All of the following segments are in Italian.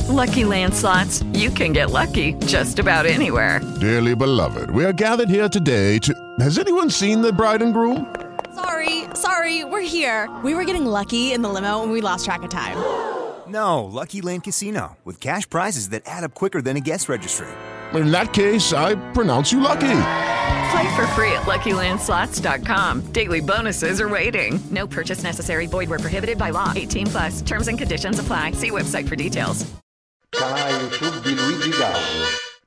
Lucky Land Slots, you can get lucky just about anywhere. Dearly beloved, we are gathered here today to... Has anyone seen the bride and groom? Sorry, we're here. We were getting lucky in the limo and we lost track of time. No, Lucky Land Casino, with cash prizes that add up quicker than a guest registry. In that case, I pronounce you lucky. Play for free at LuckyLandSlots.com. Daily bonuses are waiting. No purchase necessary. Void where prohibited by law. 18+. Terms and conditions apply. See website for details. Canale YouTube di Luigi Gaudio.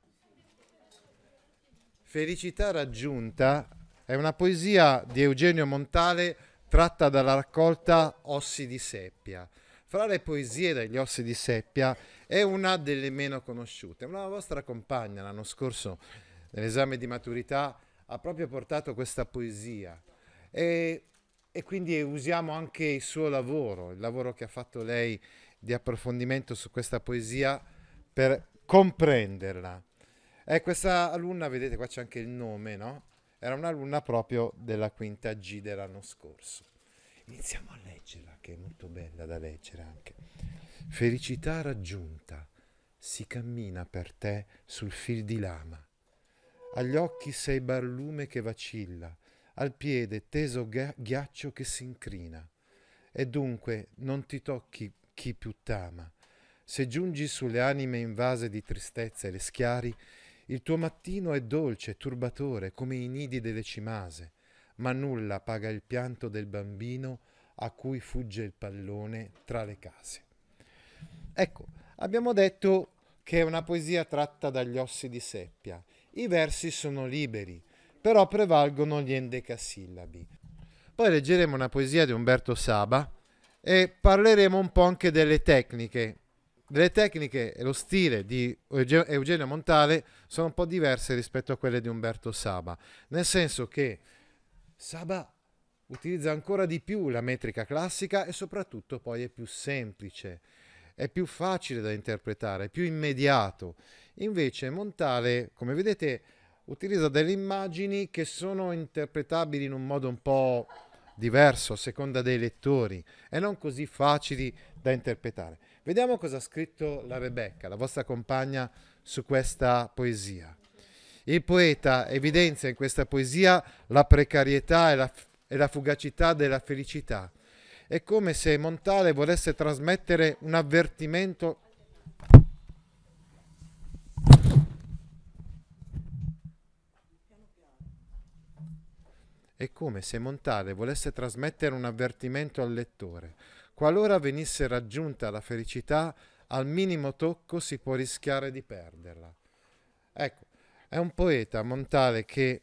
Felicità raggiunta è una poesia di Eugenio Montale tratta dalla raccolta Ossi di seppia. Fra le poesie degli Ossi di seppia è una delle meno conosciute. Una vostra compagna l'anno scorso nell'esame di maturità ha proprio portato questa poesia e quindi usiamo anche il suo lavoro, il lavoro che ha fatto lei di approfondimento su questa poesia per comprenderla. Questa alunna, vedete qua c'è anche il nome, no? Era un'alunna proprio della quinta G dell'anno scorso. Iniziamo a leggerla, che è molto bella da leggere anche. Felicità raggiunta, si cammina per te sul fil di lama. Agli occhi sei barlume che vacilla, al piede teso ghiaccio che si incrina. E dunque non ti tocchi chi più t'ama. Se giungi sulle anime invase di tristezza e le schiari, il tuo mattino è dolce, turbatore, come i nidi delle cimase, ma nulla paga il pianto del bambino a cui fugge il pallone tra le case. Ecco, abbiamo detto che è una poesia tratta dagli Ossi di seppia. I versi sono liberi, però prevalgono gli endecasillabi. Poi leggeremo una poesia di Umberto Saba e parleremo un po' anche delle tecniche. Le tecniche e lo stile di Eugenio Montale sono un po' diverse rispetto a quelle di Umberto Saba, nel senso che Saba utilizza ancora di più la metrica classica e soprattutto poi è più semplice, è più facile da interpretare, è più immediato. Invece Montale, come vedete, utilizza delle immagini che sono interpretabili in un modo un po' diverso a seconda dei lettori e non così facili da interpretare. Vediamo cosa ha scritto la Rebecca, la vostra compagna, su questa poesia. Il poeta evidenzia in questa poesia la precarietà e la fugacità della felicità. È come se Montale volesse trasmettere un avvertimento. È come se Montale volesse trasmettere un avvertimento al lettore. Qualora venisse raggiunta la felicità, al minimo tocco si può rischiare di perderla. Ecco, è un poeta, Montale, che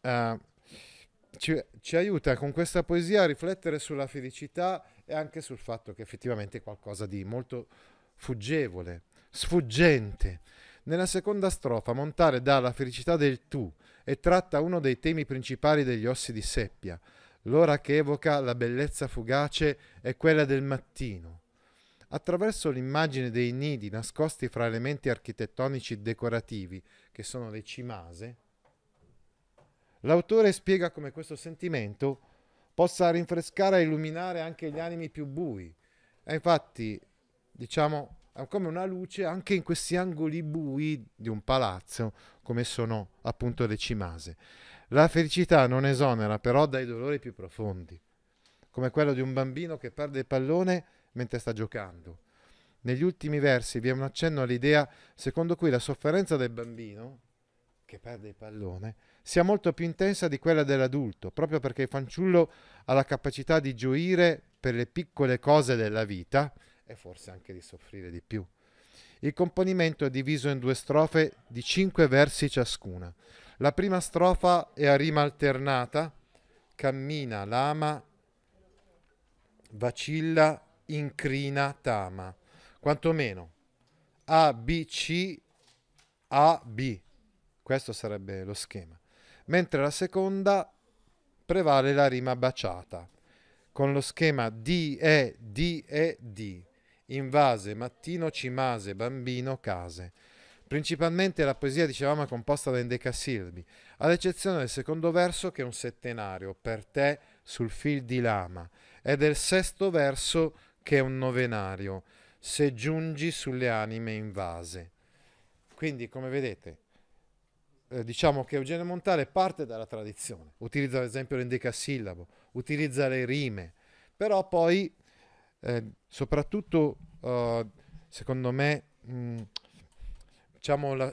ci aiuta con questa poesia a riflettere sulla felicità e anche sul fatto che effettivamente è qualcosa di molto fuggevole, sfuggente. Nella seconda strofa Montale dà la felicità del tu e tratta uno dei temi principali degli Ossi di seppia. L'ora che evoca la bellezza fugace è quella del mattino. Attraverso l'immagine dei nidi nascosti fra elementi architettonici decorativi, che sono le cimase, l'autore spiega come questo sentimento possa rinfrescare e illuminare anche gli animi più bui. E infatti, diciamo, è come una luce anche in questi angoli bui di un palazzo, come sono appunto le cimase. La felicità non esonera però dai dolori più profondi, come quello di un bambino che perde il pallone mentre sta giocando. Negli ultimi versi vi è un accenno all'idea secondo cui la sofferenza del bambino che perde il pallone sia molto più intensa di quella dell'adulto, proprio perché il fanciullo ha la capacità di gioire per le piccole cose della vita e forse anche di soffrire di più. Il componimento è diviso in 2 strofe di 5 versi ciascuna. La prima strofa è a rima alternata, cammina, lama, vacilla, incrina, tama. Quantomeno A, B, C, A, B. Questo sarebbe lo schema. Mentre la seconda prevale la rima baciata, con lo schema D, E, D, E, D. Invase, mattino, cimase, bambino, case. Principalmente la poesia, dicevamo, è composta da endecasillabi, ad eccezione del secondo verso che è un settenario, per te sul fil di lama, e del sesto verso che è un novenario, se giungi sulle anime invase. Quindi, come vedete, diciamo che Eugenio Montale parte dalla tradizione, utilizza ad esempio l'endecasillabo, utilizza le rime, però poi, soprattutto, secondo me, diciamo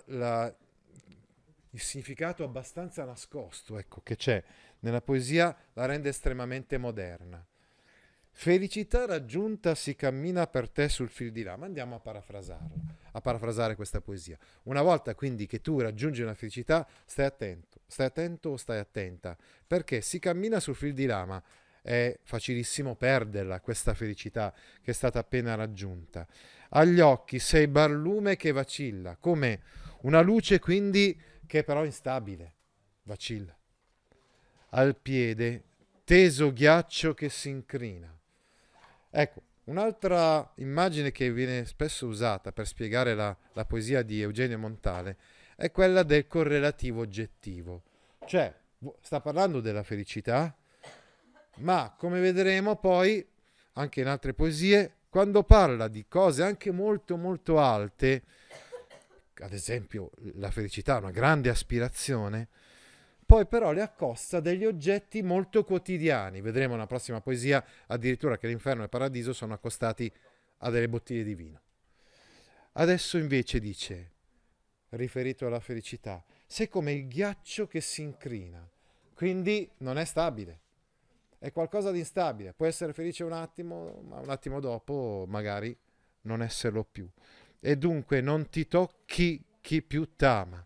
il significato abbastanza nascosto, ecco, che c'è nella poesia la rende estremamente moderna. Felicità raggiunta si cammina per te sul fil di lama. Andiamo a parafrasare questa poesia. Una volta quindi che tu raggiungi una felicità, stai attento o stai attenta, perché si cammina sul fil di lama, è facilissimo perderla questa felicità che è stata appena raggiunta. Agli occhi sei barlume che vacilla, come una luce quindi che però è instabile, vacilla. Al piede teso ghiaccio che si incrina. Ecco, un'altra immagine che viene spesso usata per spiegare la poesia di Eugenio Montale è quella del correlativo oggettivo. Cioè, sta parlando della felicità, ma come vedremo poi, anche in altre poesie, quando parla di cose anche molto molto alte, ad esempio la felicità è una grande aspirazione, poi però le accosta degli oggetti molto quotidiani. Vedremo nella prossima poesia addirittura che l'inferno e il paradiso sono accostati a delle bottiglie di vino. Adesso invece dice, riferito alla felicità, sei come il ghiaccio che si incrina, quindi non è stabile, è qualcosa di instabile, puoi essere felice un attimo, ma un attimo dopo magari non esserlo più. E dunque non ti tocchi chi più t'ama.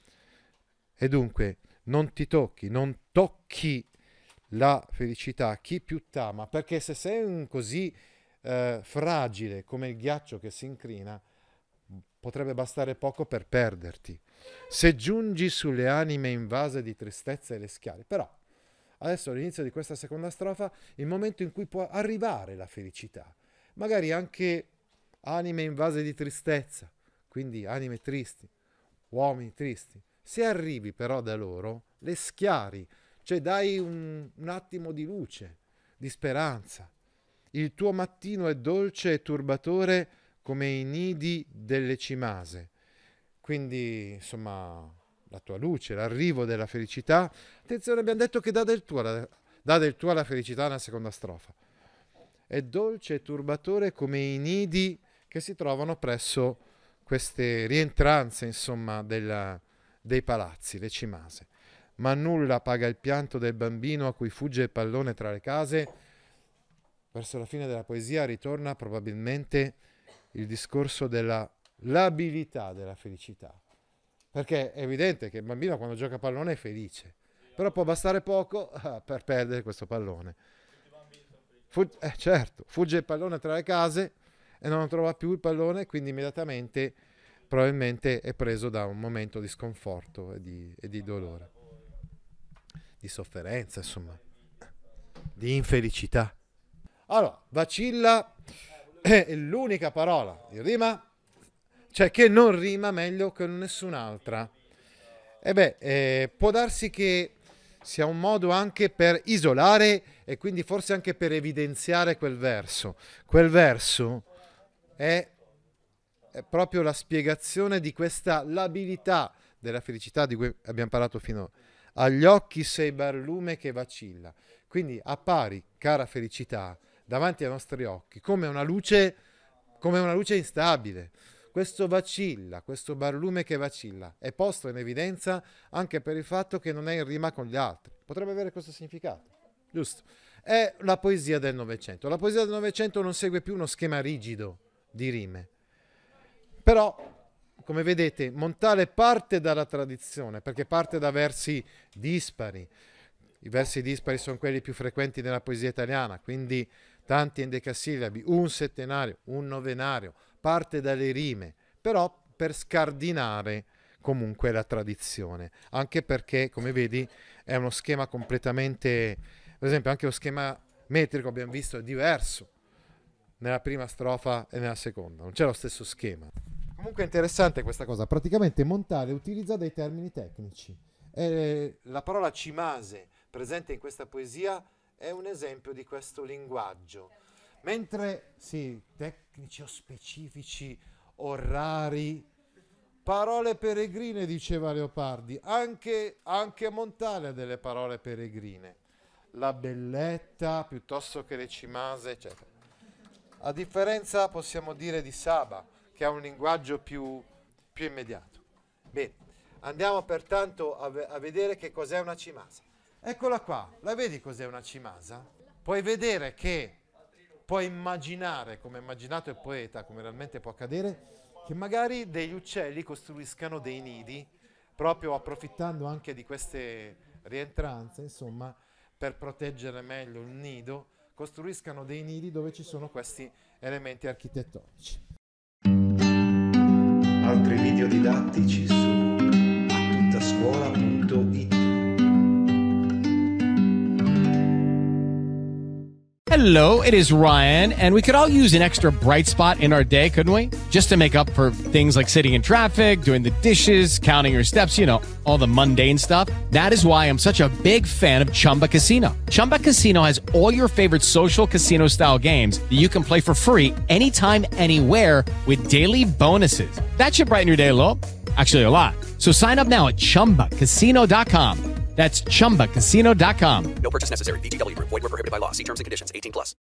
E dunque non ti tocchi, non tocchi la felicità, chi più t'ama, perché se sei così fragile come il ghiaccio che si incrina, potrebbe bastare poco per perderti. Se giungi sulle anime invase di tristezza e le schiare. Però, adesso all'inizio di questa seconda strofa, il momento in cui può arrivare la felicità, magari anche anime invase di tristezza, quindi anime tristi, uomini tristi. Se arrivi però da loro, le schiari, cioè dai un attimo di luce, di speranza. Il tuo mattino è dolce e turbatore come i nidi delle cimase. Quindi, insomma, la tua luce, l'arrivo della felicità. Attenzione, abbiamo detto che dà del tuo alla felicità nella seconda strofa. È dolce e turbatore come i nidi che si trovano presso queste rientranze, insomma, dei palazzi, le cimase. Ma nulla paga il pianto del bambino a cui fugge il pallone tra le case. Verso la fine della poesia ritorna probabilmente il discorso della labilità della felicità. Perché è evidente che il bambino quando gioca a pallone è felice, però può bastare poco per perdere questo pallone. Certo, fugge il pallone tra le case e non trova più il pallone, quindi immediatamente probabilmente è preso da un momento di sconforto e di dolore, di sofferenza, insomma, di infelicità. Allora, vacilla è l'unica parola in rima, cioè che non rima meglio che nessun'altra. Può darsi che sia un modo anche per isolare e quindi forse anche per evidenziare quel verso. Quel verso è proprio la spiegazione di questa labilità della felicità di cui abbiamo parlato finora. Agli occhi sei barlume che vacilla. Quindi appari, cara felicità, davanti ai nostri occhi come una luce instabile. Questo vacilla, questo barlume che vacilla, è posto in evidenza anche per il fatto che non è in rima con gli altri. Potrebbe avere questo significato, giusto? È la poesia del Novecento. La poesia del Novecento non segue più uno schema rigido di rime. Però, come vedete, Montale parte dalla tradizione, perché parte da versi dispari. I versi dispari sono quelli più frequenti nella poesia italiana, quindi tanti endecasillabi, un settenario, un novenario, parte dalle rime, però per scardinare comunque la tradizione, anche perché, come vedi, è uno schema completamente, per esempio anche lo schema metrico abbiamo visto è diverso nella prima strofa e nella seconda, non c'è lo stesso schema. Comunque è interessante questa cosa, praticamente Montale utilizza dei termini tecnici. La parola cimase presente in questa poesia è un esempio di questo linguaggio, Mentre, sì, tecnici o specifici o rari, parole peregrine, diceva Leopardi, anche Montale ha delle parole peregrine. La belletta, piuttosto che le cimase, eccetera. A differenza, possiamo dire, di Saba, che ha un linguaggio più immediato. Bene, andiamo pertanto a vedere che cos'è una cimasa. Eccola qua, la vedi cos'è una cimasa? Puoi vedere che, puoi immaginare, come ha immaginato il poeta, come realmente può accadere, che magari degli uccelli costruiscano dei nidi, proprio approfittando anche di queste rientranze, insomma, per proteggere meglio il nido, costruiscano dei nidi dove ci sono questi elementi architettonici. Altri video didattici su attuttascuola.it. Hello, it is Ryan, and we could all use an extra bright spot in our day, couldn't we? Just to make up for things like sitting in traffic, doing the dishes, counting your steps, you know, all the mundane stuff. That is why I'm such a big fan of Chumba Casino. Chumba Casino has all your favorite social casino-style games that you can play for free anytime, anywhere with daily bonuses. That should brighten your day a little. Actually, a lot. So sign up now at ChumbaCasino.com. That's ChumbaCasino.com. No purchase necessary. VGW Group. Void where prohibited by law. See terms and conditions. 18+.